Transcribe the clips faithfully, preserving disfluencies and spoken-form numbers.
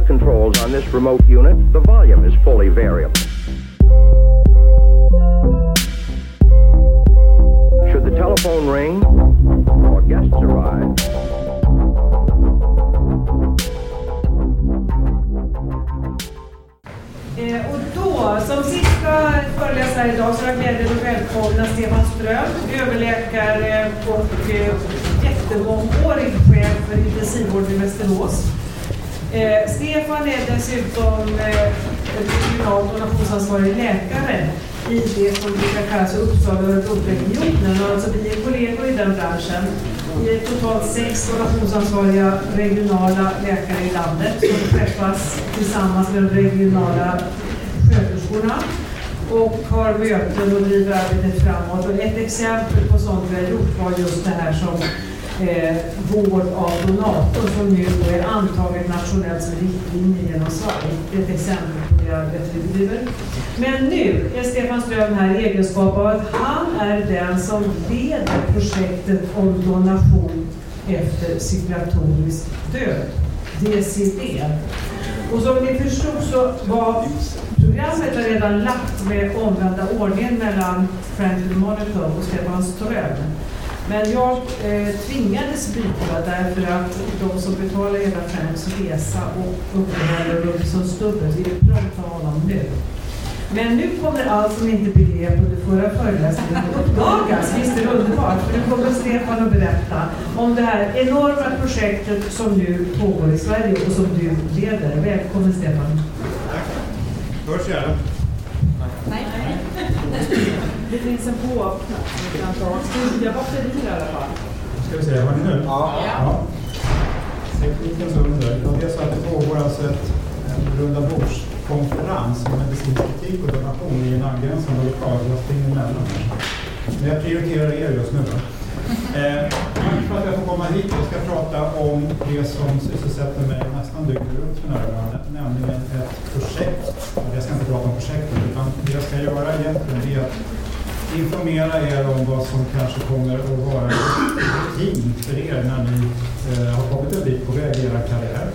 controls on this remote unit, the volume is fully variable. Should the telephone ring or guests arrive, Eh, och då, som sista föreläsare idag så har jag glädjen att välkomna Stefan Ström, överläkare och eh, jättemångårig chef för intensivvård i Västerås. Eh, Stefan är dessutom eh, regional donationsansvarig läkare i det som brukar kallas Uppsala och Örebro-regionen. Alltså vi är kollegor i den branschen. Vi är totalt sex donationsansvariga regionala läkare i landet som träffas tillsammans med de regionala sköterskorna och har möten och driver arbetet framåt. Och ett exempel på sånt vi har gjort var just det här som eh, vård av donator som nu är antaget nationellt som riktlinje genom Sverige. Det är ett exempel på det arbetet vi bedriver. Men nu är Stefan Ström här i egenskap av att han är den som leder projektet om donation efter cirkulatorisk död, D C D. Och som ni förstod så var programmet redan lagt med omvända ordningen mellan Franklin Monaco och Stefan Ström. Men jag eh, tvingades byta därför att de som betalar hela Franks resa och uppehåller Robinson Stubbe vill prata honom nu. Men nu kommer allt som inte begrep under förra föreläsningen att uppdagas. Visst är det underbart, för nu kommer Stefan att berätta om det här enorma projektet som nu pågår i Sverige och som du leder. Välkommen Stefan. Tack. Hörs jag? Nej. Det finns en påöppnad. Vi kan ta studiga batterier i alla fall. Ska vi se, har ni nu? Ja. ja. Teknikens under. Det är så att det pågår alltså ett, en runda bordskonferens om medicinsk etik och donation i en angränsande lokal. Jag springer emellan. Men jag prioriterar er just nu då. Eh, för att jag får komma hit och ska prata om det som sysselsätter mig nästan dygnet runt för närvarande, nämligen ett projekt. Jag ska inte prata om projektet, utan det jag ska göra egentligen är att informera er om vad som kanske kommer att vara rutin för er när ni eh, har kommit en bit på väg i era karriär.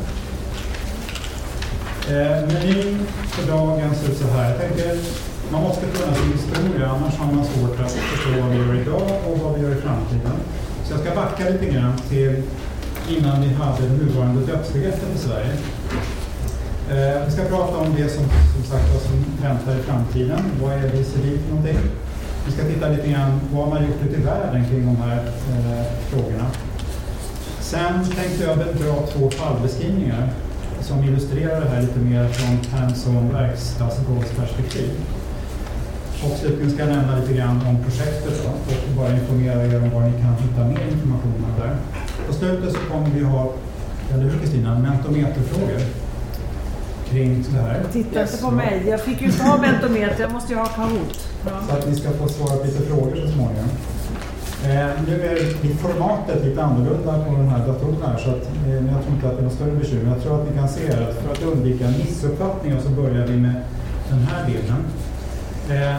Eh, menyn för dagen ser ut så här. Jag tänker, man måste kunna sin historia, annars har man svårt att förstå vad vi gör idag och vad vi gör i framtiden. Så jag ska backa lite grann till innan vi hade det nuvarande dödsbegreppet i Sverige. Eh, vi ska prata om det som, som sagt vad som väntar i framtiden. Vad är det i civil för någonting? Vi ska titta lite grann vad man har gjort ute i världen kring de här eh, frågorna. Sen tänkte jag dra två fallbeskrivningar som illustrerar det här lite mer från hands-on verkstadsgårdsperspektiv. Och slutligen ska jag nämna lite grann om projektet då, och bara informera er om var ni kan hitta mer information där. På slutet så kommer vi ha, eller hur Kristina, mentometerfrågor kring det här. Titta inte på mig, jag fick ju inte ha mentometer, jag måste ju ha Kahoot. Ja. Så att ni ska få svara på lite frågor så småningom. Eh, nu är formatet lite annorlunda på de här datorerna här, så att, eh, jag tror inte att det är något större bekymmer. Jag tror att ni kan se att för att undvika missuppfattningar så börjar vi med den här delen. Eh,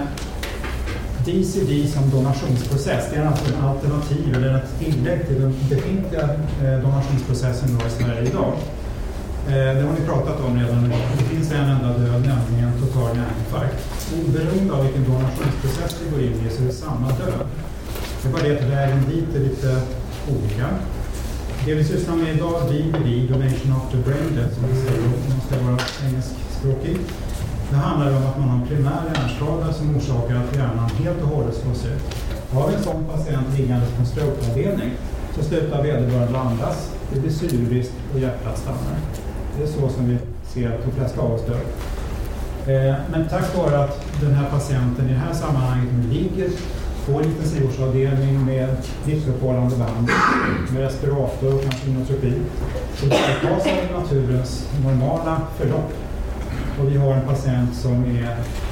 D C D som donationsprocess, det är alltså en alternativ eller ett tillägg till den befintliga eh, donationsprocessen i Sverige idag. Eh, det har ni pratat om redan idag. Det finns en enda död, nämligen total hjärninfarkt. Oberoende av vilken donationsprocess vi går in i så är det samma död. Det är bara det att vägen dit är lite olika. Det vi sysslar med idag, D B D, Donation After Brain Death, som vi säger, om man ska vara engelskspråkig. Det handlar om att man har en primär hjärnskada som orsakar att hjärnan helt och hållet slås ut. Har vi en sån patient liggande på en strokeavdelning så slutar vederbörande andas, det blir syrebrist och hjärtat stannar. Det är så som vi ser att de flesta av oss dör. Eh, men tack vare att den här patienten i det här sammanhanget ligger på en intensivvårdsavdelning med livsuppehållande behandling, med respirator och kanske inotropi, så bypassar vi naturens normala förlopp. Och vi har en patient som är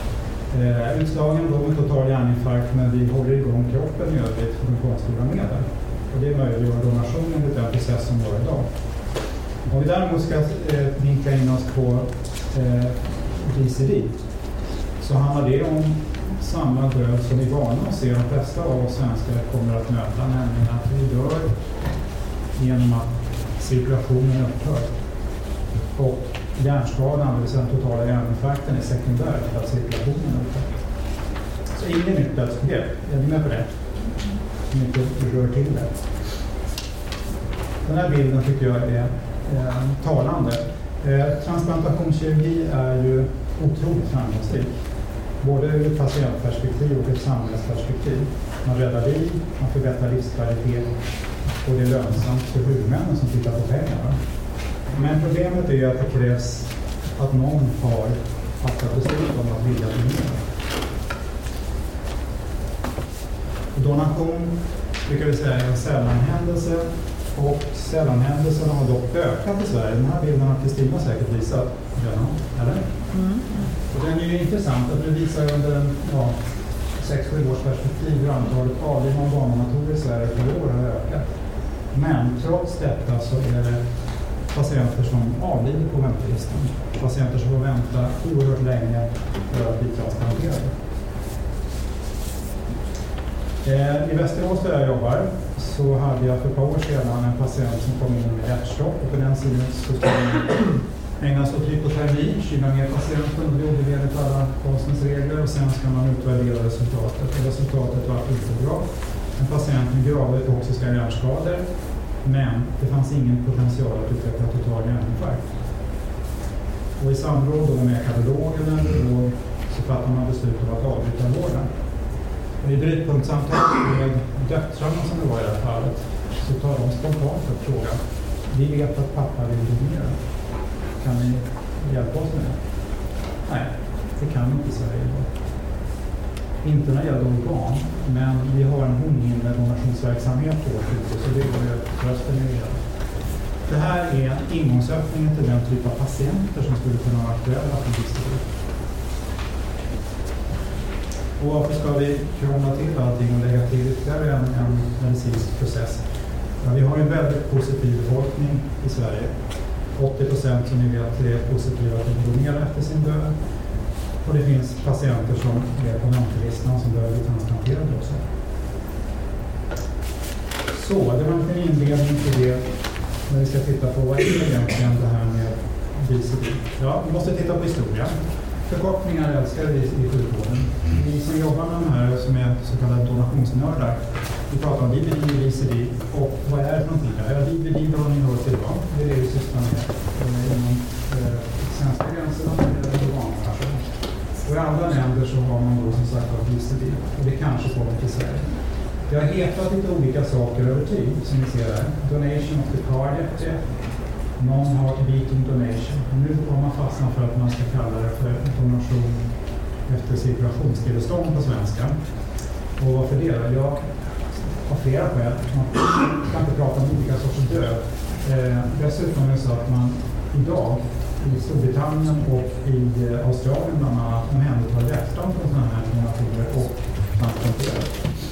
eh, utslagen då med total hjärninfarkt, men vi håller igång kroppen i övrigt med konstgjorda medel. Och det möjliggör donationen i den process som var idag. Om vi däremot ska eh, vinkla in oss på eh, D C D så handlar det om samma död som vi vana och ser de flesta av oss svenskar kommer att möta, nämligen att vi dör genom att cirkulationen upphör. Och hjärnskadan, det vill säga den totala hjärninfarkten, är sekundär till att cirkulationen ökar. Så ingen nytt dödsbegrepp, är ni med på det? Som inte rör till det. Den här bilden tycker jag är eh, talande. Eh, transplantationskirurgi är ju otroligt framgångsrik. Både ur ett patientperspektiv och ett samhällsperspektiv. Man räddar liv, man förbättrar livskvalitet och det är lönsamt för huvudmännen som tittar på pengarna. Men problemet är att det krävs att någon har fattat beslut om att vilja donera. Donation brukar vi säga är en sällanhändelse, och sällanhändelserna har dock ökat i Sverige. Den här bilden har Kristina säkert visat. Ja, eller? Mm. Och den är ju intressant att det visar under ja, sex sju års perspektiv hur antalet avlidna organdonatorer i Sverige per år har ökat. Men trots detta så är det patienter som avlider på väntelistan. Patienter som får vänta oerhört länge för att bli transplanterade. Eh, I Västerås där jag jobbar så hade jag för ett par år sedan en patient som kom in med hjärtstopp, och på den sidan så ska man ägna sig åt hypotermi, kyla ner patienten, och det gjorde vi enligt alla konstens regler, och sen ska man utvärdera resultatet. Och resultatet var inte bra. En patient med grava toxiska hjärnskador, men det fanns ingen potential att utveckla total hjärninfarkt. Och i samråd med kardiologen så fattar man beslut om att avbryta vården. I brytpunktssamtal med döttrarna som det var i det här fallet så tar de spontant upp frågan. Vi vet att pappa vill donera. Kan ni hjälpa oss med det? Nej, det kan inte i Sverige idag. Inte när det gäller organ, men vi har en hormondonationsverksamhet på vårt sjukhus, så det går ju rösten i det. Det här är ingångsöppningen till den typ av patienter som skulle kunna vara aktuella för distrikt. Och varför ska vi krångla till allting och lägga till ytterligare en, en medicinsk process? Ja, vi har en väldigt positiv befolkning i Sverige. åttio procent som ni vet är positiva till att donera efter sin död. Och det finns patienter som är på väntelistan som behöver bli transplanterade också. Så, det var en inledning till det när vi ska titta på vad är egentligen det här med D C D. Ja, vi måste titta på historia. Förkortningar älskar vi i sjukvården. Vi som jobbar med de här som är så kallade donationsnördar, vi pratar om D B D och D C D, och vad är det för någonting? Ja, D B D har ni hört idag. Det är det vi sysslar med inom eh, svenska gränser och organdonation. Och i andra länder så har man då som sagt D C D, och det kanske kommer till Sverige. Det har hetat lite olika saker över tid, som ni ser här. Donation of the cardiac death, non-heart beating donation. Nu har man fastnat för att man ska kalla det för donation efter cirkulationsstillestånd på svenska. Och varför det? Jag har flera skäl. Man kan inte prata om olika sorters död. Eh, dessutom är det så att man idag i Storbritannien och i Australien bland annat omhändertar hjärtan på sådana här donatorer och transplanterar.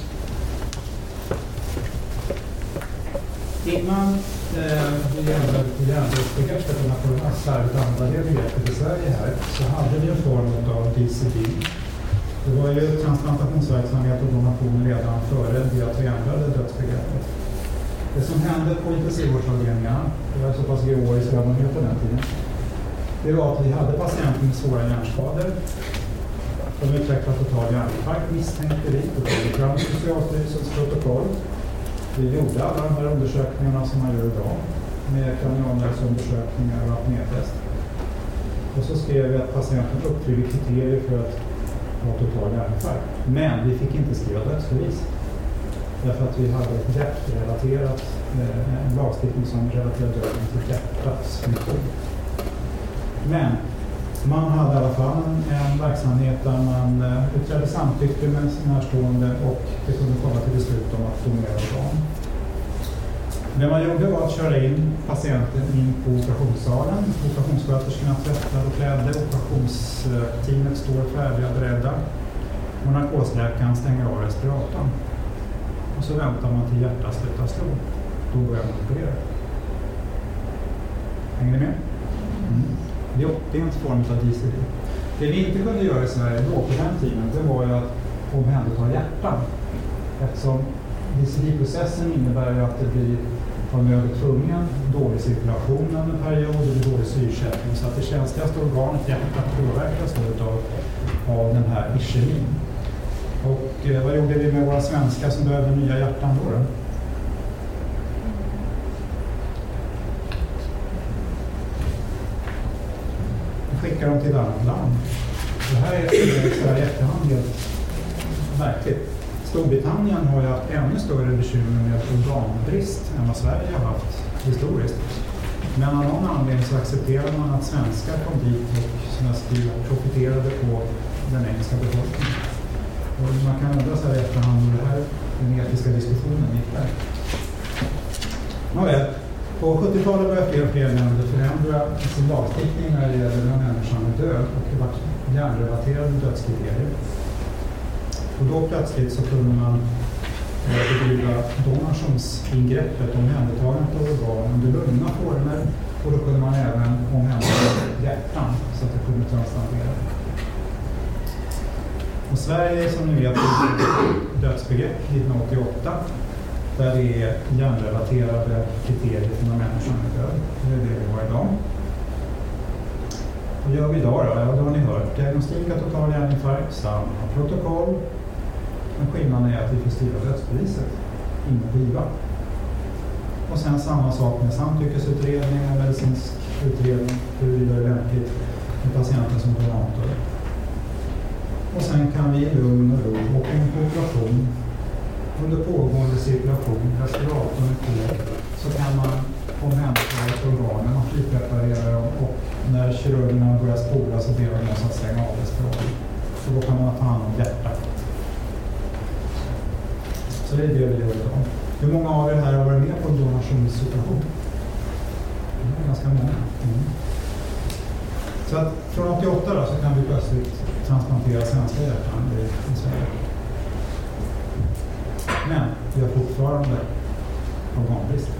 Innan eh, vi ändrade på hjärndödsbegreppet och man får särskilt andra det begreppet i Sverige här, så hade vi en form av D C D. Det var ju transplantationsverksamhet och donation redan före det att vi ändrade dödsbegreppet. Det som hände på intensivvårdsavdelningarna, det var så pass grå i Sverige på den tiden, det var att vi hade patienter med svåra hjärnskador. De utvecklade total hjärninfarkt, misstänkte vi, och tog fram Socialstyrelsens protokoll. Vi gjorde alla de här undersökningarna som man gör idag med kranialnervsundersökningar och apnétest. Och så skrev vi att patienten uppfyller kriterier för att ha total hjärninfarkt. Men vi fick inte skriva dödsbevis. Därför att vi hade ett hjärtrelaterat, eh, en lagstiftning som relaterade döden till hjärtats funktion. Men man hade i alla fall en, en verksamhet där man uh, utredde samtycke med närstående, och det kunde komma till beslut om att donera organ. Det man gjorde var att köra in patienten in på operationssalen. Operationssköterskorna tvättade och klädde, operationsteamet står färdiga och beredda. Och narkosläkaren stänger av respiratorn. Och så väntar man till hjärtat slutar slå. Då börjar man operera. Hänger ni med? Mm. Det är en form av D C D. Det vi inte kunde göra i Sverige då på den tiden, det var ju att omhänderta hjärtan. Eftersom D C D-processen innebär ju att det blir av nöd och tvungen dålig cirkulation under en period, det blir dålig syresättning. Så att det känsligaste organet hjärtat påverkas då av, av den här ischemin. Och eh, vad gjorde vi med våra svenskar som behövde nya hjärtan då? då? Skickar dem till ett annat land. Det här är så här i efterhand helt verkligt. Storbritannien har ju haft ännu större bekymmer med organbrist än vad Sverige har haft historiskt. Men av någon anledning så accepterar man att svenskar kom dit och som jag skriver profiterade på den engelska befolkningen. Och man kan undra så här i efterhand hur det här, den etiska diskussionen gick där. Nåväl. På sjuttiotalet började fler och fler länder förändra sin lagstiftning när det gäller när människan är död och det var hjärnrelaterade dödskriterier. Och då plötsligt så kunde man eh, bedriva donationsingreppet, omhändertagandet av organ under lugna former och då kunde man även omhänderta hjärtan så att det kunde transplantera. Och Sverige som ni vet dödsbegrepp nittonhundraåttioåtta där det är hjärnrelaterade kriterier för när människan är död. Det är det vi har idag. Vad gör vi idag då? Ja, då har ni hört. Diagnostik av total hjärninfarkt, samma protokoll. Men skillnaden är att vi får skriva dödsbeviset in på I V A. Och sen samma sak med samtyckesutredning och medicinsk utredning huruvida det är lämpligt med patienten som donator. Och sen kan vi i lugn och ro och en operation under pågående cirkulation, respiratorn är på, så kan man omhänderta ett organ när man fripreparerar dem och när kirurgerna börjar spola så ber de oss att stänga av respiratorn. Så då kan man ta hand om hjärtat. Så det är det vi gör idag. Hur många av er här har varit med på en donationssituation? Det är ganska många. Mm. Så att från åttioåtta då, så kan vi plötsligt transplantera svenska hjärtan i, i Sverige. Men vi har fortfarande organbrist.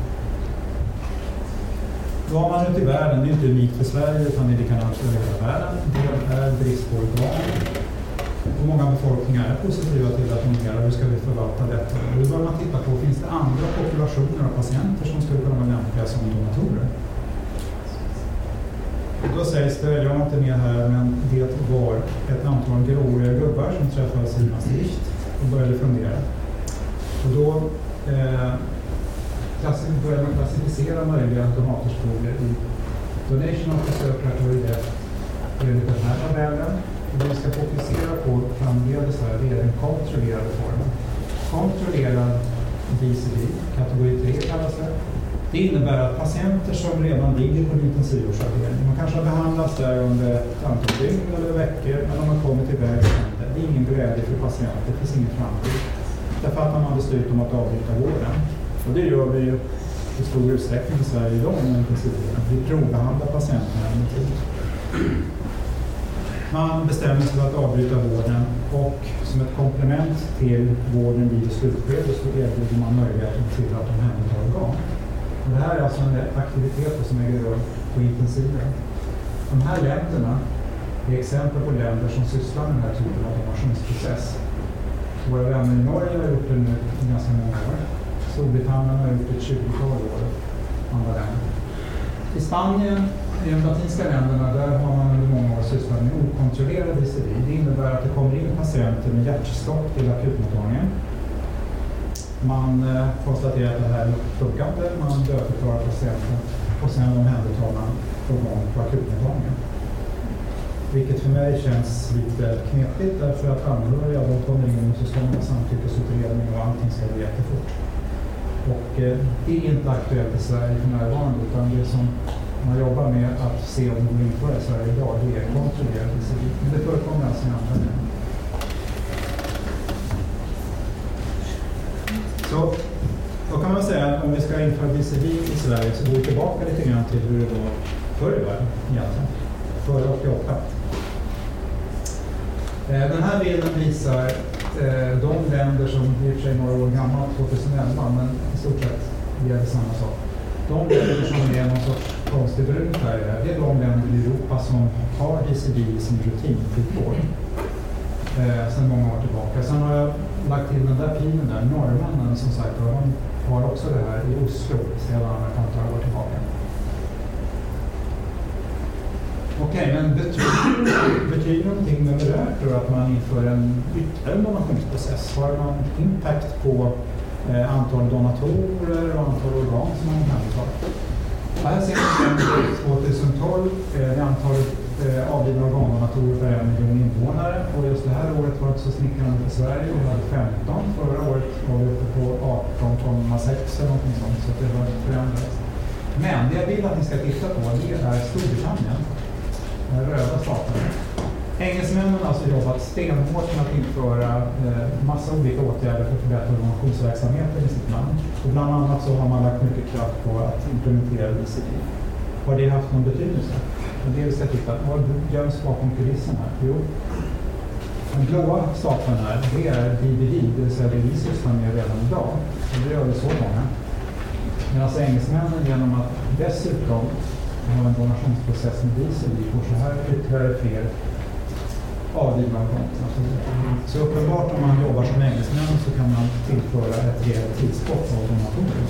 Då har man ute i världen, det är inte unikt för Sverige utan det kan alltså över hela världen. Det är brist på organ. Och många befolkningar är positiva till att donera. Hur ska vi förvalta detta? Och då bör man titta på, finns det andra populationer av patienter som skulle kunna vara lämpliga som donatorer? Och då sägs det, jag var inte med här, men det var ett antal gråhåriga gubbar som träffades i Maastricht och började fundera. Och då eh, började man klassificera möjliga donatorsfrågor i Donation Officer Criteria Death enligt den här tabellen. Och det vi ska fokusera på framledes här är den kontrollerade formen. Kontrollerad D C D, kategori tre kallas det. Det innebär att patienter som redan ligger på en intensivvårdsavdelning, man kanske har behandlats där under ett antal dygn eller veckor, men de har kommit till vägs ände. Det är ingen glädje för patienter, det finns ingen framtid. Där fattar man beslut om att avbryta vården. Och det gör vi ju i stor utsträckning i Sverige idag med intensivvården. Vi provbehandlar patienterna en tid. Man bestämmer sig för att avbryta vården och som ett komplement till vården vid slutskede så erbjuder man möjligheten till att omhänderta organ. Och det här är alltså en aktivitet som äger rum på intensiven. De här länderna är exempel på länder som sysslar med den här typen av donationsprocess. Våra vänner i Norge har gjort det nu i ganska många år. Storbritannien har gjort det ett tjugotal år. Andra länder. I Spanien, i de latinska länderna, där har man under många år sysslat med okontrollerad D C D. Det innebär att det kommer in patienter med hjärtstopp till akutmottagningen. Man eh, konstaterar att det här funkar inte, man dödförklarar patienten och sen omhändertar man organ på akutmottagningen. Vilket för mig känns lite knepigt därför att anhöriga, de kommer in och så ska man ha samtyckesutredning och allting ska gå jättefort. Och eh, det är inte aktuellt i Sverige för närvarande utan det som man jobbar med att se om de inför i Sverige idag, det är kontrollerat i Sverige. Men det förekommer alltså i andra länder. Så då kan man säga att om vi ska införa D C D i Sverige så går vi tillbaka lite grann till hur det var förr i världen egentligen. Före åttioåtta. Den här bilden visar eh, de länder som i och för sig några år gamla, tjugoelva, men i stort sett gäller samma sak. De länder som är någon sorts konstig brun färg här, det är de länder i Europa som har D C D som rutinsjukvård eh, sedan många år tillbaka. Sen har jag lagt till den där pilen där, norrmännen som sagt, och de har också det här i Oslo sedan ett antal år tillbaka. Okej, men betyder, betyder någonting numerärt då att man inför en ytterligare donationsprocess? Har man impact på eh, antal donatorer och antal organ som man omhändertar? Här ser vi tjugohundratolv eh, antalet eh, avlidna organdonatorer per en miljon invånare, och just det här året var det så smickrande för Sverige. Vi hade femton, förra året var vi uppe på arton komma sex eller någonting sånt, så det var förändrat. Men det jag vill att ni ska titta på, det är Storbritannien, den röda staten. Engelsmännen har alltså jobbat stenhårt med att införa eh, massa olika åtgärder för att förbättra donationsverksamheten i sitt land. Och bland annat så har man lagt mycket kraft på att implementera I C D. Har det haft någon betydelse? Och det vi ska titta på, vad göms bakom kulissen här? Jo, den blåa stapeln här, det är D B D, det vill säga det vi sysslar med redan idag. Och det gör vi så många. Men alltså engelsmännen, genom att dessutom ha en donationsprocess med diesel, vi får så här ytterligare fler avlidna donatorer. Så uppenbart om man jobbar som engelsmän så kan man tillföra ett rejält tillskott av donatorer.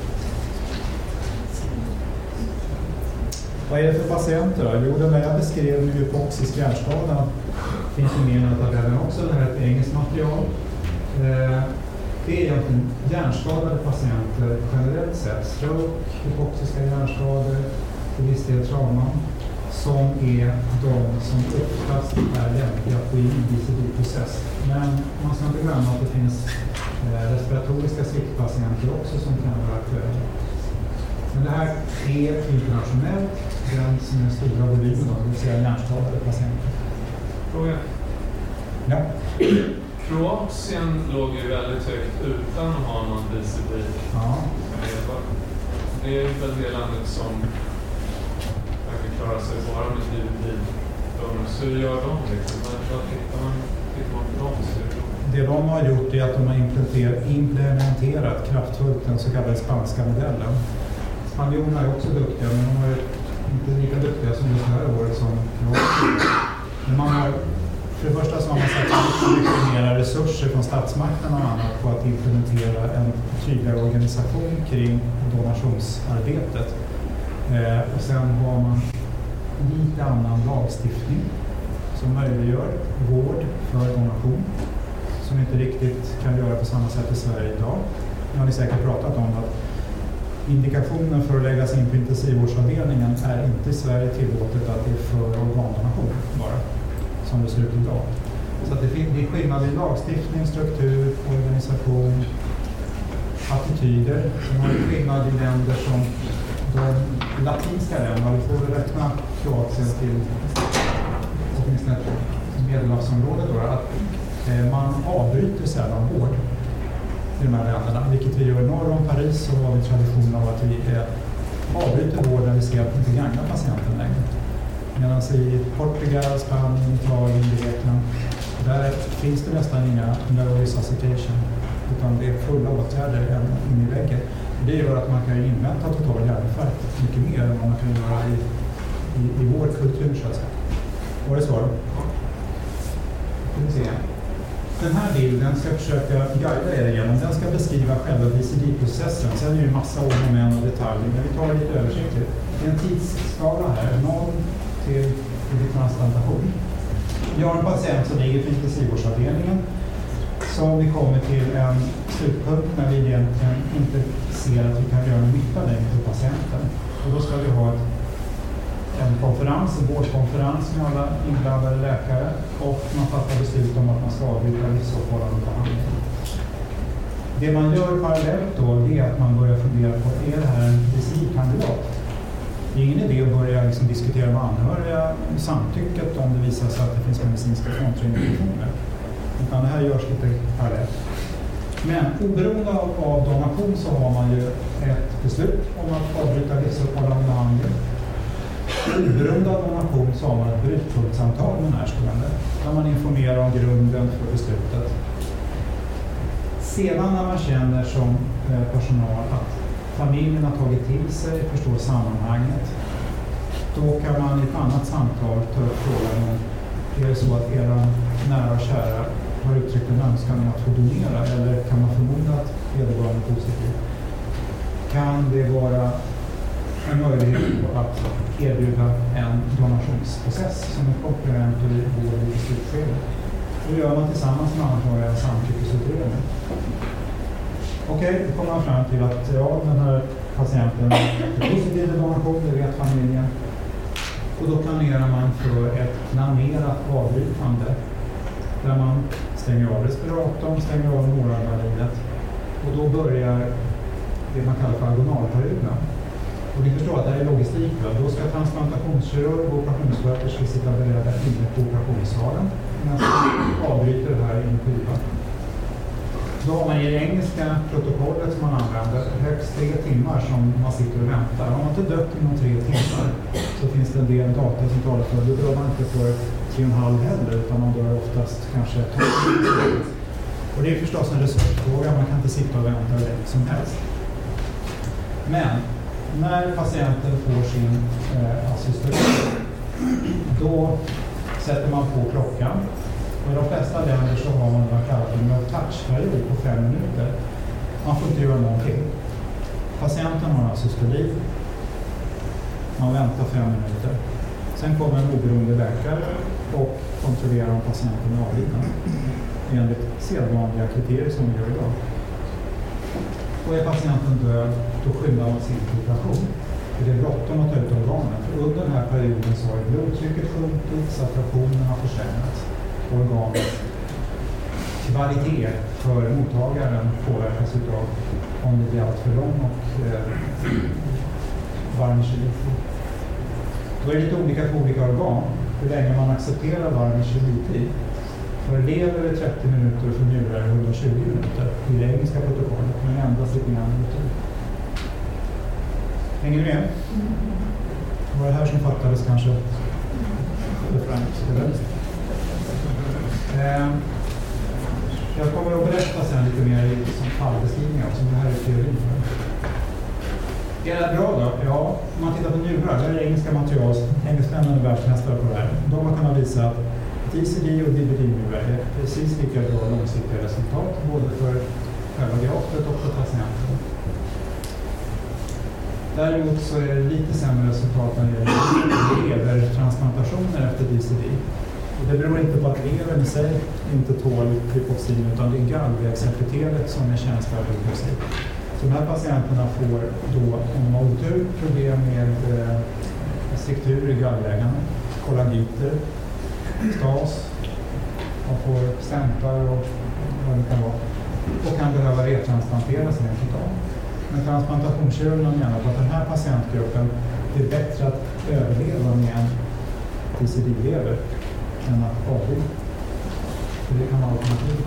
Vad är det för patienter då? Jo, den där jag beskrev med hypoxisk hjärnskada finns ju med i den här tabellen också. Det här är ett engelskt material. Eh, det är egentligen hjärnskadade patienter generellt sett. Stroke, hypoxiska hjärnskador, till viss del trauma, som är de som oftast är lämpliga att gå in i I C D-process. Men man ska inte glömma att det finns eh, respiratoriska sviktpatienter också som kan vara aktuella. Men det här är internationellt, den som är stora volymen, det vill säga hjärnskadade patienter. Fråga. Ja. Kroatien låg ju väldigt högt utan att ha någon I C D. Ja. Det är väl det landet som verkar klara sig bara med I C D. Så hur gör de liksom? Vad tittar man, tittar man på dem? Det de har gjort är att de har implementerat kraftfullt den så kallade spanska modellen. Spanjorerna är också duktiga, men de är inte lika duktiga som det här året som Kroatien. Men man har, för det första så har man satsat mycket mer resurser från statsmakterna och annat på att implementera en tydligare organisation kring donationsarbetet. Eh, och sen har man lite annan lagstiftning som möjliggör vård för donation, som inte riktigt kan göra på samma sätt i Sverige idag. Nu har ni säkert pratat om att indikationen för att läggas in på intensivvårdsavdelningen är inte i Sverige tillåtet att det är för organdonation bara, som det ser ut idag. Så att det, det är skillnad i lagstiftning, struktur, organisation, attityder. Som har skillnad i länder som de latinska länderna, vi får räkna Kroatien till åtminstone Medelhavsområdet då, att eh, man avbryter sällan vård i de här länderna, vilket vi gör norr om Paris, så har vi tradition av att vi eh, avbryter vård när vi ser att vi inte gagnar patienten längre. Medan i Portugal, Spanien, Italien, Grekland, där finns det nästan inga no resuscitation, utan det är fulla åtgärder än in i väggen. Det gör att man kan invänta total hjärninfarkt mycket mer än vad man kan göra i, i, i vår kultur, så att säga. Var det svar? Ja. Den här bilden ska jag försöka guida er igenom. Den ska beskriva själva I C D-processen. Sen är det ju massa ord med och detaljer, men vi tar det lite översiktligt. Det är en tidsskala här, noll till transplantation. Vi har en patient som ligger på intensivvårdsavdelningen, som vi kommer till en slutpunkt när vi egentligen inte ser att vi kan göra en nytta längre för patienten. Och då ska vi ha ett, en konferens, en vårdkonferens med alla inblandade läkare, och man fattar beslut om att man ska avbryta livsuppehållande behandling. Det man gör parallellt då är att man börjar fundera på, är det här en medicinkandidat? Det är ingen idé att börja liksom diskutera med anhöriga samtycket om det visar sig att det finns medicinska kontraindikationer. Utan det här görs lite parallellt. Men oberoende av, av donation så har man ju ett beslut om att avbryta livsuppehållande behandling. Oberoende av donation så har man ett brytpunktssamtal med närstående, där man informerar om grunden för beslutet. Sedan när man känner som eh, personal att familjen har tagit till sig, förstår sammanhanget, då kan man i ett annat samtal ta upp frågan om, är det så att era nära och kära har uttryckt en önskan att få donera, eller kan man förmoda att vederbörande är positiv? Kan det vara med möjlighet att erbjuda en donationsprocess som ett komplement till vård i slutskedet. Det gör man tillsammans med anhöriga en samtyckesutredning. Okej, då kommer man fram till att ja, den här patienten är positiv till donation, det vet familjen. Och då planerar man för ett planerat avbrytande där man stänger av respiratorn, stänger av moralvärdiet och då börjar det man kallar för agonalperioden. Och ni förstår att det här är logistik. Va? Då ska transplantationskirurg och operationssköterskor sitta beredda inne på operationssalen medan man avbryter det här i en skiva. Då har man i det engelska protokollet som man använder högst tre timmar som man sitter och väntar. Om man inte dött inom tre timmar så finns det en del data som talar för. Då dör man inte för tre och en halv heller utan man dör oftast kanske tolv timmar. Och det är förstås en resursfråga. Man kan inte sitta och vänta hur länge som helst. Men när patienten får sin eh, assistent då sätter man på klockan. Och i de flesta länder så har man vad kallat för en touchperiod på fem minuter. Man får inte göra någonting. Patienten har alltså stolid. Man väntar fem minuter. Sen kommer en oberoende läkare och kontrollerar om patienten är avliden. Enligt sedvanliga kriterier som vi gör idag. Och är patienten död, då skyndar man sin operation. För det är bråttom att ta ut organen. För under den här perioden så har blodtrycket sjunkit, saturationen har försämrats. Organets kvalitet för mottagaren påverkas utav om det blir allt för lång och eh, varm kyltid. Då är det lite olika på olika organ hur länge man accepterar varm kyltid. För lever är trettio minuter och för njurar är hundratjugo minuter i det engelska protokollet, men endast lite grann minuter. Hänger ni med? Det var det här som fattades kanske för Frank, eller? Eh, jag kommer att berätta sen lite mer i som fallbeskrivningar som det här är teorin för. Är det bra då? Ja, om man tittar på njurar, det är engelska material, engelsmännen är världsmästare på det här. De har kunnat visa att D C D och D B D-njurar är precis lika bra långsiktiga resultat både för själva graftet och för patienten. Däremot så är det lite sämre resultat när det gäller levertransplantationer efter D C D. Och det beror inte på att levern i sig inte tål hypoxin utan det är gallvägsepitelet som är känsliga för hypoxin. Så de här patienterna får då, om de har otur, problem med eh, struktur i gallvägarna, kollagiter, stas, man får stämplar och vad det kan vara. Och kan behöva retransplanteras rent utav. Men transplantationskirurgerna menar på att den här patientgruppen det är bättre att överleva med en D C D-lever än att avbryta. För det kan vara alternativ.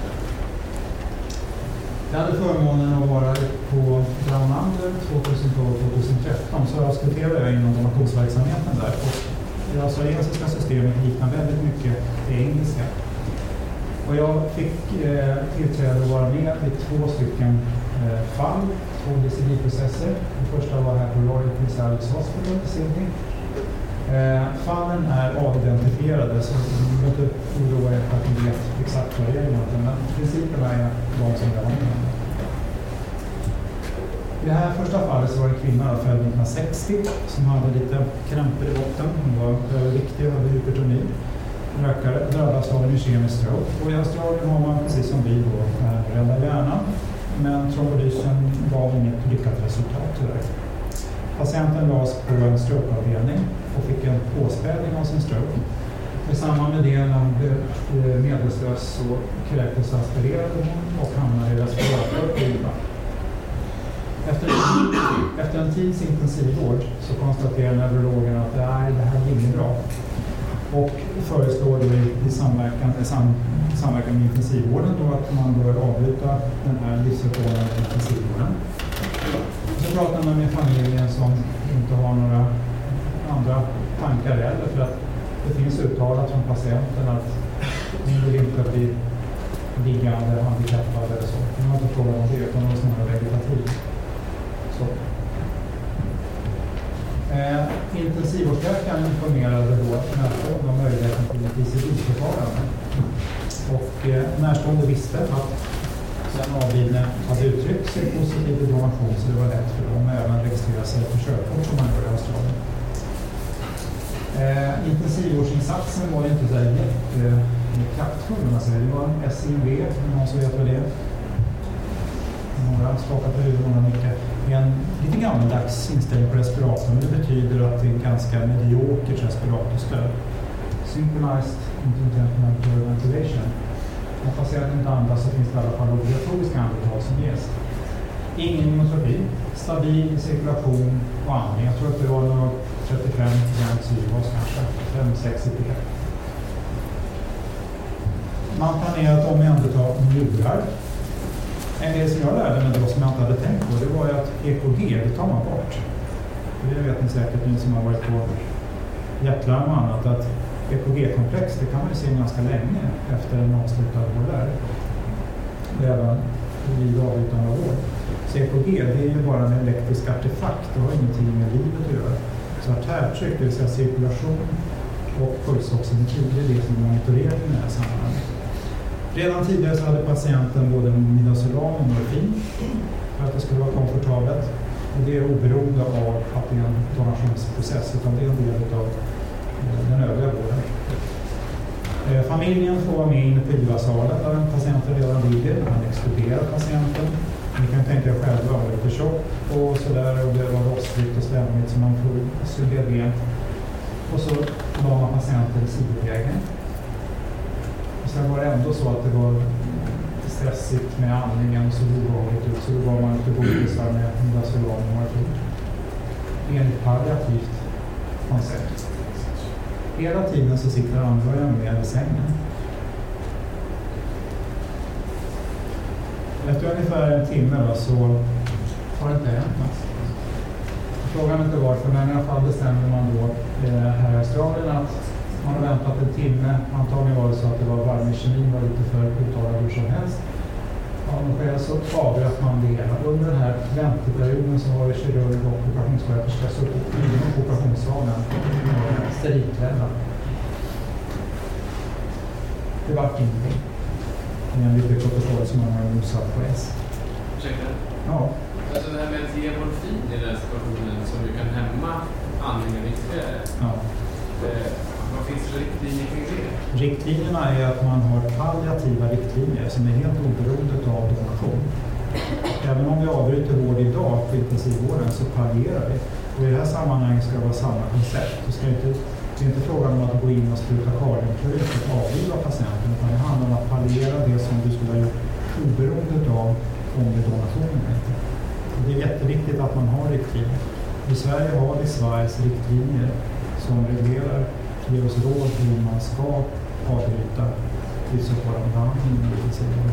Jag hade förmånen att vara på Braunander tjugohundratolv till tjugotretton så auskulterade jag inom donationsverksamheten där. Och det australiensiska systemet liknar väldigt mycket det engelska. Och jag fick eh, tillträde att vara med i två stycken eh, fall, två D C D-processer. Det första var här på Royal Prince Albert's Hospital i Sydney. Eh, fallen är avidentifierade så ni behöver inte oroa er för att ni vet exakt vad det är egentligen, men principerna är de som jag har med. I det här första fallet så var det en kvinna född nittonhundrasextio som hade lite krämpor i botten. Hon var överviktig och hade hypertoni. Rökare drabbas av en ischemisk stroke. Och i Australien har man precis som vi då rädda hjärnan. Men trombolysen gav inget lyckat resultat tyvärr. Patienten lades på en strokeavdelning och fick en påspädning av sin stroke. I samband med det när hon blev medvetslös så kräktes och aspirerade hon och hamnade i respirator på IVA. Efter, efter en tids intensivvård så konstaterar neurologerna att nej, det här blir bra. Och föreslår då i, i samverkan, i sam, samverkan med intensivvården då att man bör avbryta den här livsuppehållande intensivvården. Så pratar man med familjen som inte har några andra tankar heller för att det finns uttalat från patienten att ni vill inte bli liggande, handikappade eller så. Man har inte frågat om det utan någon snarare vegetativ. Så. Eh, intensivvårdsläkaren informerade då närstående om möjligheten till ett I C D-förfarande. Och eh, närstående visste att den avlidne hade uttryckt sig positivt i donation, så det var lätt för dem att även registrera sig för körkort som man gör i Australien. Eh, intensivvårdsinsatsen var ju inte så här jättekraftfull, om man säger. Det var en S I V, om någon så vet vad det är. Några skakar på huvudet, några nickar. Det är en lite gammaldags inställning på respiratorn, men det betyder att det är en ganska mediokert respiratorstöd. Synchronized intermittent ventilation. Om patienten inte andas så finns det i alla fall obligatoriska andetag som ges. Ingen immunotropi, stabil cirkulation och andning. Jag tror att det var något trettiofem procent syrgas kanske, fem till sex i P. Man planerar att omhänderta njurar. En grej som jag lärde mig då som jag inte hade tänkt på, det var ju att E K G, det tar man bort. Det vet ni säkert ni som har varit på hjärtlarm och annat, att E K G-komplex, det kan man ju se ganska länge efter en avslutad vård där. Även vid avslutande vård. Så E K G, det är ju bara en elektrisk artefakt, det har ingenting med livet att göra. Så artärtryck, det vill säga cirkulation och pulsoximetri, det är det som är monitorering i det här sammanhanget. Redan tidigare så hade patienten både midazolam och morfin för att det skulle vara komfortabelt. Och det är oberoende av att det är en donationsprocess, utan det är en del av den övriga vården. Eh, familjen får vara med inne på I V A-salen där patienten redan ligger. Man exkluderar patienten. Ni kan tänka er själva om lite tjock och sådär, och det var rostfritt och slämmigt så man får suga rent. Och så la man patienten i sidvägen. Och sen var det ändå så att det var stressigt med andningen och så obehagligt ut, så då var man lite godisar med midazolam och morfin. Enligt palliativt koncept. Hela tiden så sitter anhöriga med i sängen. Efter ungefär en timme då, så har det inte hänt något. Frågan är inte varför, men i alla fall bestämde man då eh, här i Australien att man har väntat en timme. Antagligen var det så att det var varm kemin var lite för uttalad hur som helst. Av någon skäl så avbröt man det hela. Under den här vänteperioden så var det kirurg och operationssköterska så inom operationssalen steritklädda. Det var ingenting. Det är en liten protokoll som man har nosat på S. Ursäkta? Ja. Alltså det här med att ge morfin i den här situationen som ju kan hämma andningen ytterligare. Ja. Eh, vad finns det för riktlinjer kring det? Riktlinjerna är att man har palliativa riktlinjer som är helt oberoende av donation. Även om vi avbryter vård idag på intensivvården så pallierar vi. Och i det här sammanhanget ska det vara samma koncept. Det, ska inte, det är inte frågan om att gå in och spruta kaliumklorid för att avliva patienten, utan det handlar om att palliera det som du skulle ha gjort oberoende av om det är donation eller inte. Och det är jätteviktigt att man har riktlinjer. I Sverige har vi Sveriges riktlinjer som reglerar, ger oss råd hur man ska avbryta livsuppehållande behandling i intensivvård.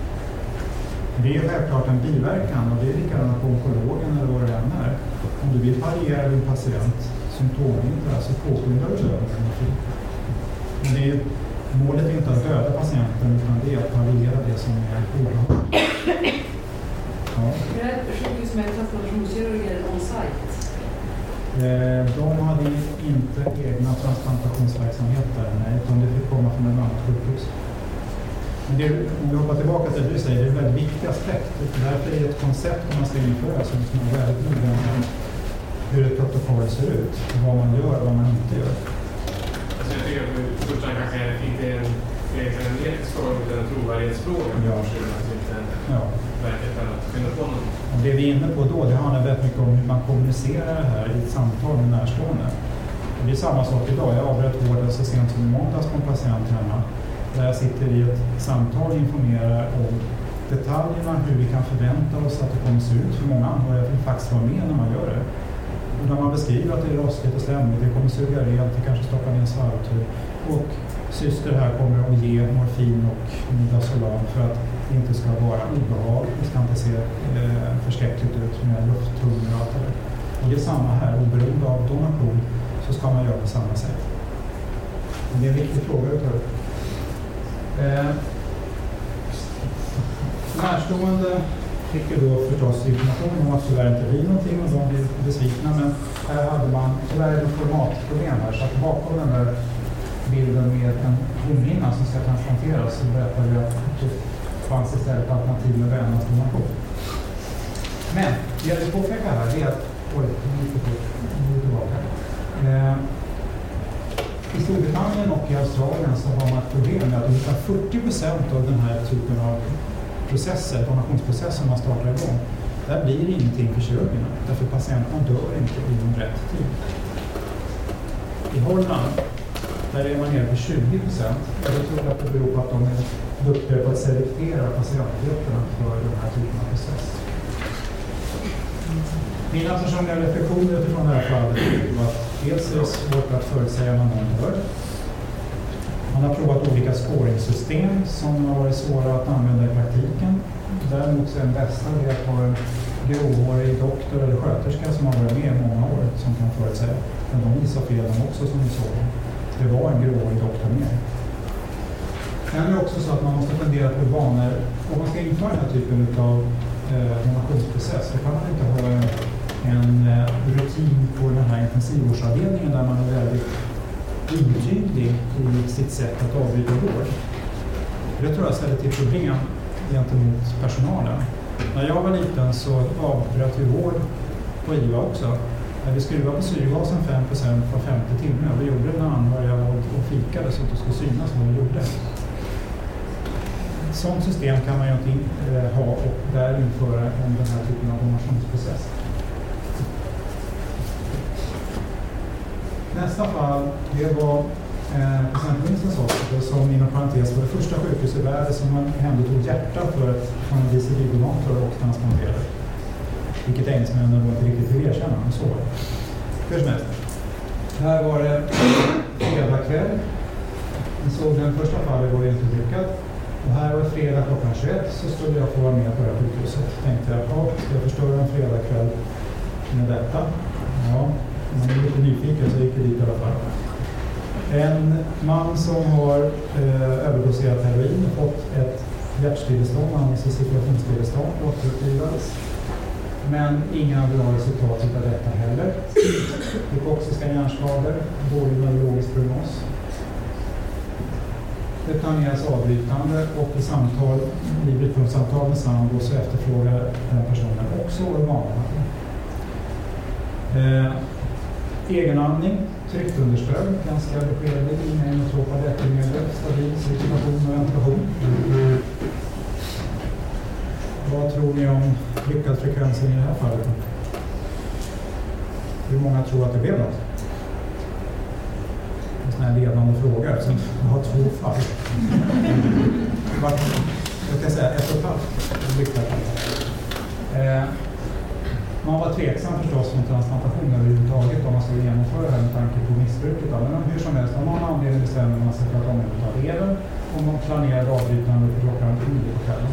Det är ju självklart en biverkan och det är likadant på onkologen eller vad det än är. Om du vill paliera din patient symptomlindra så påskyndar du döden. Men det är ju, målet är inte att döda patienten utan det är att paliera det som är obehagligt. Ja. Det här är sjukhus med transplantationskirurger on-site. Eh, de hade inte egna transplantationsverksamheter, nej, utan det fick komma från en annan sjukhus. Men det, om vi hoppar tillbaka till det du säger, det är en väldigt viktig aspekt. Därför är det ett koncept om man ska införa som är väldigt noggrant hur ett protokoll ser ut, vad man gör och vad man inte gör. Alltså jag tycker att första kanske inte är en, en etisk fråga utan en trovärdighetsfråga. Ja. Ja. Verket att skynda på något. Och det vi är inne på då, det handlar väldigt mycket om hur man kommunicerar det här i ett samtal med närstående. Och det är samma sak idag. Jag avbröt vården så sent som i måndags på en patient hemma. Där jag sitter i ett samtal och informerar om detaljerna, hur vi kan förvänta oss att det kommer se ut. För många anhöriga vill faktiskt vara med när man gör det. Och när man beskriver att det är rostigt och slämmigt, det kommer suga rent, det kanske stoppar ner en svarvtub. Och syster här kommer att ge morfin och midazolam för att det inte ska vara obehagligt, det ska inte se eh, förskräckligt ut med lufttunnor och allt det där. Och det är samma här, oberoende av donation så ska man göra på samma sätt. Och det är en viktig fråga att ta upp. Eh, närstående fick ju då förstås information om att tyvärr inte blir någonting och de blir besvikna, men här hade man tyvärr ett formatproblem här, så att bakom den där bilden med en hornhinna som ska transplanteras så berättar vi att fanns istället alternativ med vennas donation. Men det jag vill påpeka här är att, oj, lite tillbaka. Eh, I Storbritannien och i Australien så har man ett problem med att ungefär fyrtio procent av den här typen av processer, donationsprocesser man startar igång, där blir det ingenting för kirurgerna, därför patienterna dör inte inom rätt tid. I Holland, där är man nere på tjugo procent. Jag tror att det beror på att de är duktiga på att selektera patientgrupperna för den här typen av process. Mina personliga reflektioner utifrån det här fallet är att dels är det svårt att förutsäga när någon dör. Man har provat olika spåringssystem som har varit svåra att använda i praktiken. Däremot så är den bästa det att ha en gråhårig doktor eller sköterska som har varit med i många år som kan förutsäga. Men de visar fel också som vi såg. Det var en gråhårig doktor med. Sen är det också så att man måste fundera på banor. Om man ska införa den här typen av eh, donationsprocess så kan man inte ha en, en eh, rutin på den här intensivvårdsavdelningen där man är väldigt otydlig i sitt sätt att avbryta vård. Det tror jag ställer till problem gentemot personalen. När jag var liten så avbröt vi vård på I V A också. När vi skruvade på syrgasen fem procent var femte timme. Vi gjorde det när anhöriga och fikade så att det skulle synas vad vi gjorde. Ett sådant system kan man ju inte in, eh, ha och där införa en den här typen av donationsprocess. Nästa fall, det var eh, patientministerns hospital som inom parentes var det första sjukhus i världen som hemtog hjärta för att man hade civildonator och transplanterade. Vilket engelsmännen var inte riktigt vill erkänna, men så var det. Hur som helst. Här var det fredag kväll. Vi såg den första fallet var inte lyckat. Och här var det fredag klockan tjugoett så skulle jag få vara med på det här sjukhuset. Tänkte jag, ja, ska jag förstöra en fredag kväll med detta? Ja, man är lite nyfiken så gick det dit i alla fall. En man som har eh, överdoserat heroin och fått ett hjärtstillestånd, alltså cirkulationsstillestånd, återuppgivades. Men inga bra resultat av detta heller. Hypoxiska hjärnskador, dålig neurologisk prognos. Det planeras avbrytande och i samtal, i brytpunktssamtal med sambo så efterfrågar den personen också organbehandling. Eh, egenandning, tryckunderstöd, ganska beskedlig, inga inotropa läkemedel, stabil cirkulation och ventilation. Mm. Vad tror ni om lyckad frekvensen i det här fallet? Hur många tror att det blev något? En sån här ledande fråga som har två fall. Jag kan säga ett och ett halvt lyckat. Eh, man var tveksam förstås om transplantation överhuvudtaget om man skulle genomföra det här med tanke på missbruket. Men hur som helst, om någon anledning bestämmer man sig för att omhänderta elever om man planerar avbrytande för klockan nio på kvällen.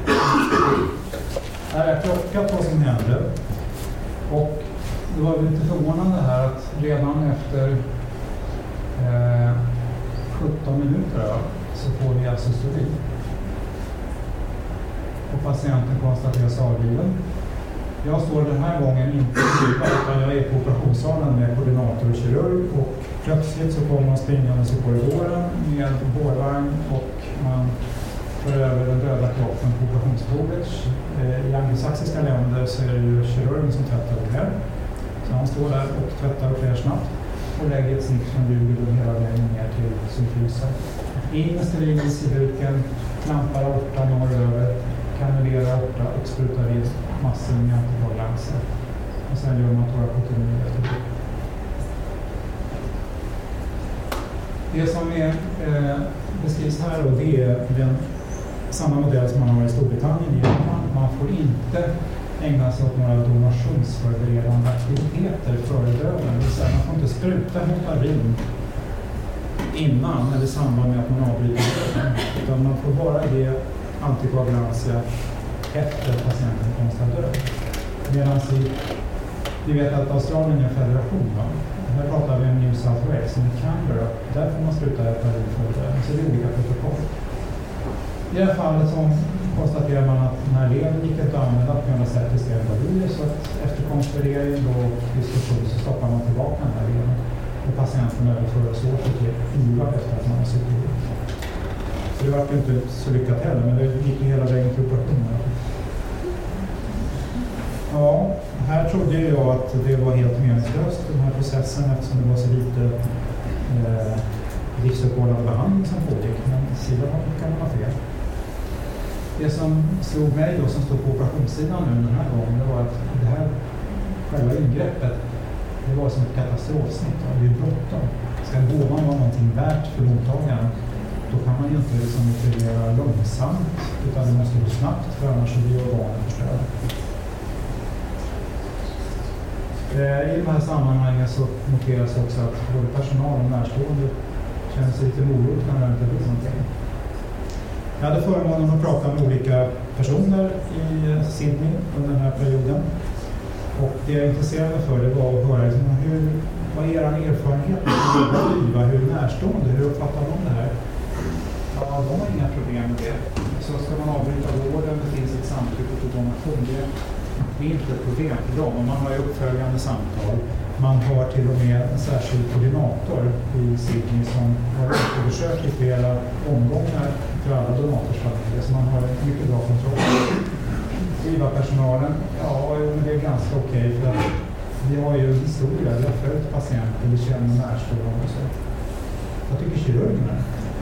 Här är klockat vad som hände och det var lite förvånande här att redan efter eh, sjutton minuter då, så får vi asystomi. Och patienten konstateras avliven. Jag står den här gången inte i utan jag är på operationssalen med koordinator och kirurg och plötsligt så kommer man springande i korridoren med bårvagn och man för över den döda kroppen på operationsbordet. I anglosaxiska länder så är det ju kirurgen som tvättar och klär. Så han står där och tvättar och klär snabbt och lägger ett snitt från ljudet hela vägen ner till symfysen. In med sterils i buken, klampar aorta norröver, kanulerar aorta och sprutar in massor med antikoagulanser. Och sen gör man torakotomi efter det. Det som är eh, beskrivs här och det är den samma modell som man har i Storbritannien. Man får inte ägna sig åt några donationsförberedande aktiviteter före döden. Det vill säga man får inte spruta heparin innan eller i samband med att man avbryter döden. Utan man får bara ge antikoagulantia efter att patienten konstant död. Medan vi vet att Australien är en federation. Va? Här pratar vi om New South Wales, som i Canberra. Där får man sluta heparin före döden. Så det är olika protokoll. I det här fallet så konstaterar man att den här levern gick inte att använda på grund av septiska embolier, så att efter konferering och diskussion så stoppar man tillbaka den här levern och patienten överförs åter till I V A efter att man har suttit ihop. Det var ju inte så lyckat heller, men det gick hela vägen till operationen. Ja, här trodde jag att det var helt meningslöst, den här processen, eftersom det var så lite eh, livsuppehållande behandling som pågick. Men sidan kan man ha fel. Det som slog mig då, som stod på operationssidan nu den här gången, det var att det här själva ingreppet, det var som ett katastrofsnitt. Det är bråttom. Ska gåvan vara någonting värt för mottagaren, då kan man ju inte liksom operera långsamt, utan det måste gå snabbt, för annars blir organen förstörda. I de här sammanhangen så noteras också att både personal och närstående känner sig lite oroligt när det inte blir någonting. Jag hade förmånen att prata med olika personer i Sydney under den här perioden. Och det jag intresserade mig för det var att höra liksom, hur, vad är er erfarenhet av hur närstående, hur uppfattar de det här? Ja, de har inga problem med det. Så ska man avbryta vården, det finns ett samtycke till donation. Det Det är inte ett problem för dem. Man har ju uppföljande samtal. Man har till och med en särskild koordinator i Sydney som har återbesökt i flera omgångar för alla donatorsfamiljer. Så man har en mycket bra kontroll. Givarpersonalen, ja, men det är ganska okej för att vi har ju en historia. Vi har följt patienter, vi känner närstående och så. Vad tycker kirurgerna?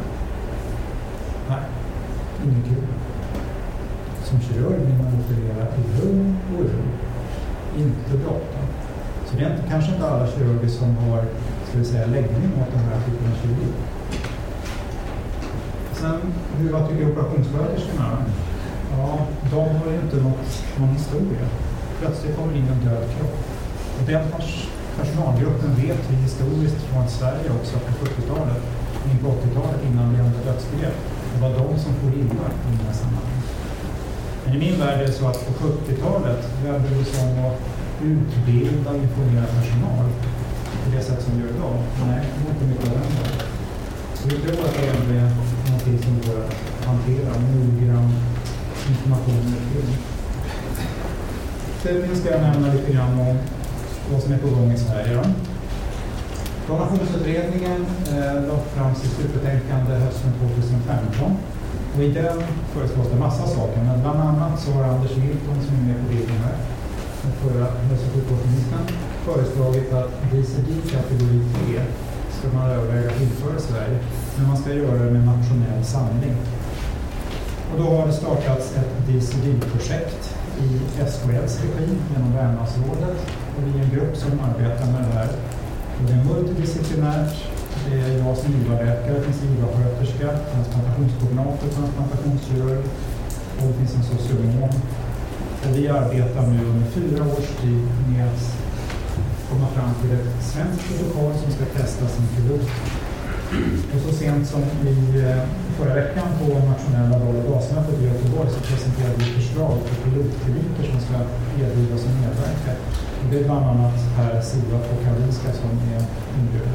Nej, ingen kul. Som kirurg vill man operera i lugn och ro, inte bråttom. Så det är inte, kanske inte alla kirurger som har, ska vi säga, läggning mot den här typen av kirurgi. Sen, hur, vad tycker operationssköterskorna? Ja, de har ju inte något, någon historia. Plötsligt kommer in en död kropp. Och den personalgruppen vet vi historiskt från Sverige också på sjuttiotalet, in på åttiotalet innan vi hade dödsbegrepp. Det var de som får illa i den här sammanhanget. Men i min värld är det så att på sjuttiotalet vänder vi som att utbilda och informera personal på det sätt som vi gör idag. Nej, det är inte mycket av den där. Så vi tror att det är någonting som går att hantera med noggrann information och utbildning. Sen ska jag nämna lite grann om vad som är på gång i Sverige. Donationsutredningen eh, lade fram sitt slutbetänkande hösten tjugohundrafemton. Och i den föreslås det massa saker, men bland annat så har Anders Milton, som är med på bilden här, den förra hälso- och sjukvårdsministern, föreslagit att D C D kategori tre ska man överväga att införa i Sverige, men man ska göra det med nationell samling. Och då har det startats ett D C D-projekt i S K L:s regi genom Värmlandsrådet, och vi är en grupp som arbetar med det här. Och det är multidisciplinärt. Det är jag som givarläkare, det finns givarsköterska, transplantationskoordinator, transplantationskirurg och det finns en socionom. Och vi arbetar nu under fyra års tid med att komma fram till ett svenskt protokoll som ska testas som pilot. Och så sent som i förra veckan på nationella val- och basmötet i Göteborg så presenterade vi förslag på pilotkliniker som ska erbjudas som medverkar. Och det är bland annat här Siva och Karolinska som är inbjudna.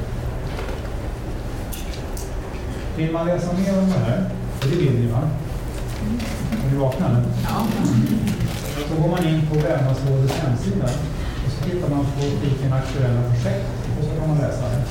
Vill man läsa mer om det här, och det vill ni va? Är ni vakna nu? Ja. Så går man in på Värmlandsrådets hemsida och så tittar man på vilken aktuella projekt och så kan man läsa det.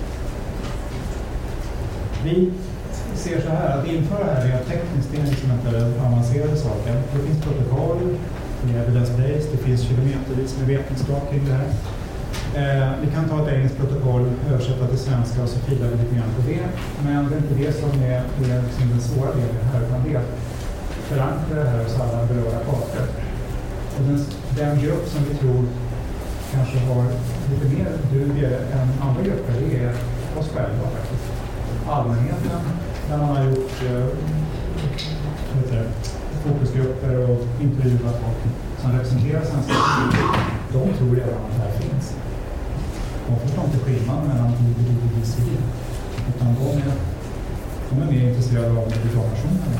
Vi ser så här att införa det här är tekniskt, det är liksom inte avancerade saker. Det finns protokoll, det är evidence-based, det finns kilometervis med vetenskap kring det här. Eh, vi kan ta ett engelskt protokoll, översätta till svenska och så filar vi lite grann på det. Men det är inte det som är, är liksom den svåra delen här, utan det är att förankra det här hos alla berörda parter. Och den, den grupp som vi tror kanske har lite mer duger än andra grupper, det är oss själva faktiskt. Allmänheten, där man har gjort eh, det, fokusgrupper och intervjuat folk som representerar svenska, de tror redan att det här finns. De förstår inte skillnaden mellan I V D och D C D, utan de är, de är mer intresserade av donationen.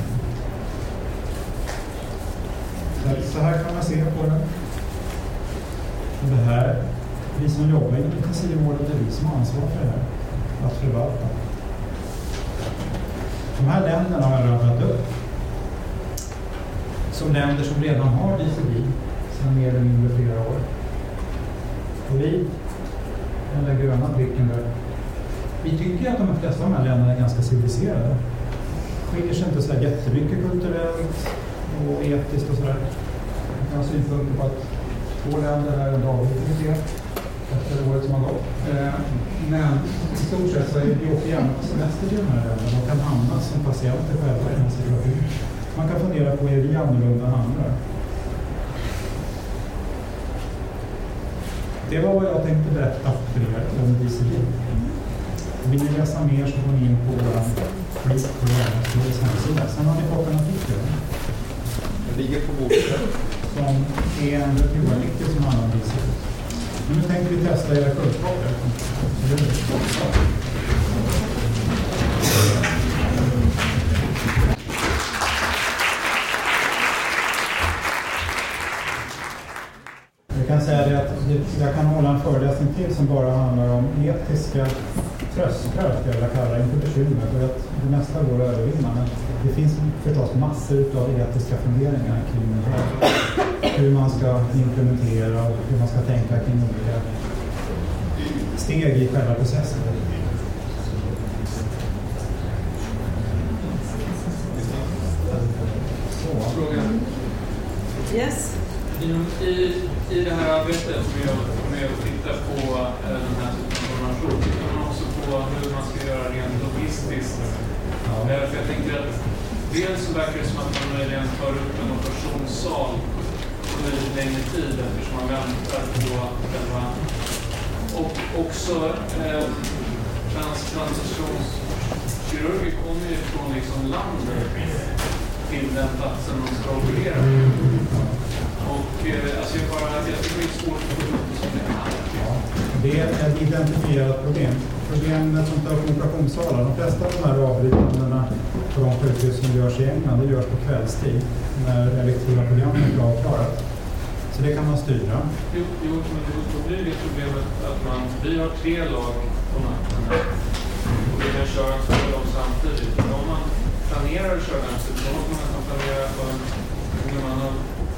Så här kan man se på det. Och det här, vi som jobbar i intensivvården, det är vi som har ansvar för det här, att förvalta. De här länderna har jag radat upp som länder som redan har D C D sedan mer eller mindre flera år. Och vi, den där gröna blicken där, vi tycker att de flesta av de här länderna är ganska civiliserade. skiljer sig inte så här jättemycket kulturellt och etiskt och sådär. Jag kan ha synpunkter på att två länder är en avvikelse efter året som har gått. Eh, men i stort sett så är det också gärna på semester i de här länderna. Man kan hamna som patienter själva i en situation. Man kan fundera på hur vi annorlunda handlar. Det var vad jag tänkte berätta för er om D C D. Vill ni läsa mer så går ni in på vår hemsida. Sen har ni fått en artikel. Den ligger på bordet. Som är en reviewartikel som handlar om D C D. Men nu tänkte vi testa era kunskaper. Jag kan säga det att jag kan hålla en föreläsning till som bara handlar om etiska trösklar, ska jag vilja kalla det, inte bekymmer, för att det mesta går att övervinna. Men det finns förstås massor av etiska funderingar kring det här. Hur man ska implementera och hur man ska tänka kring olika steg i själva processen. Frågan. Yes. I, I det här arbetet med att, med att titta på äh, den här typen av information tittar man också på hur man ska göra rent logistiskt. Ja. Äh, för jag tänker att dels så verkar det som att man möjligen tar upp en operationssal på väldigt längre tid eftersom man väntar på själva. Och också äh, transplantationskirurger kommer ju från liksom landet till den platsen de ska operera. Och eh, alltså jag, bara, jag tycker det är svårt att få upp det som det här. Ja, det är ett identifierat problem. Problemet som tar upp operationssalar. De flesta av de här avbrytandena på de sjukhus som görs i England, det görs på kvällstid när elektiva programmet är avklarat. Så det kan man styra. Jo, jo men då blir det problemet att man, vi har tre lag på natten och vi kan köra två lag samtidigt. Om man planerar att köra samtidigt, då måste man planera för hur man har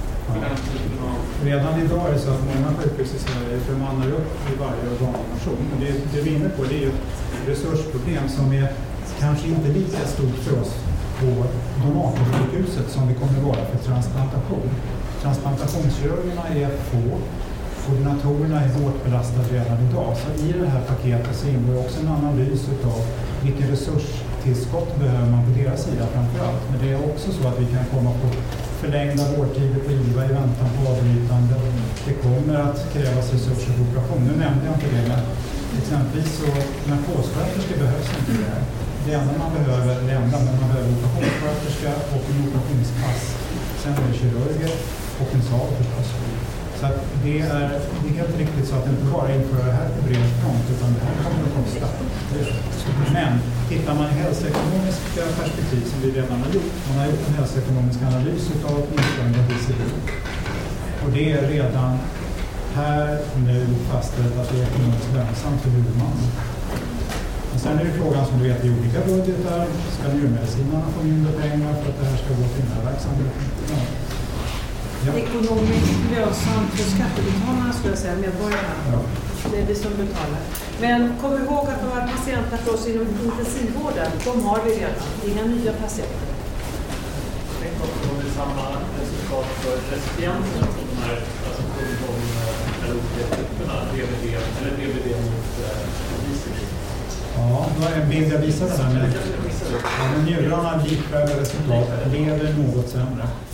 Ja. Redan idag är det så att många sjukhus i Sverige bemannar upp i varje organdonation. Det, det vi är inne på, det är ju ett resursproblem som är kanske inte lika stort för oss på donatorsjukhuset som det kommer vara för transplantation. Transplantationskirurgerna är få, koordinatorerna är hårt belastade redan idag. Så i det här paketet så ingår också en analys av vilken resurstillskott behöver man på deras sida framför allt. Men det är också så att vi kan komma på förlängda vårdtider på I V A i väntan på avbrytande. Det kommer att krävas resurser för operation. Nu nämnde jag inte det, men exempelvis så narkossköterskor behövs inte det här. Det enda man behöver, det enda, men man behöver operationssköterska och en operationspass. Sen är det kirurger och en sal förstås. Så att det, är, det är helt riktigt så att det inte bara inför det här på bred front, utan det här kommer att kosta. Men tittar man i hälsoekonomiska perspektiv som vi redan har gjort, man har gjort en hälsoekonomisk analys av införande av D C D. Och det är redan här nu fastställt att det är ekonomiskt lönsamt för huvudmannen. Men sen är det frågan som du vet i olika budgetar, ska njurmedicinarna få mindre pengar för att det här ska gå till den här verksamheten? Ja. Ja. Ekonomiskt lönsamt för skattebetalarna skulle jag säga, medborgarna. Ja. Det är vi som betalar. Men kom ihåg att de här patienterna för oss inom intensivvården, de har vi redan. Inga nya patienter. Det kommer det samma resultat för recipienterna som de här, alltså de här olika typerna, D V D eller D V D mot visning. Ja, då är en bild jag visade där med, med njurarna likvärdiga resultat, lever något sämre.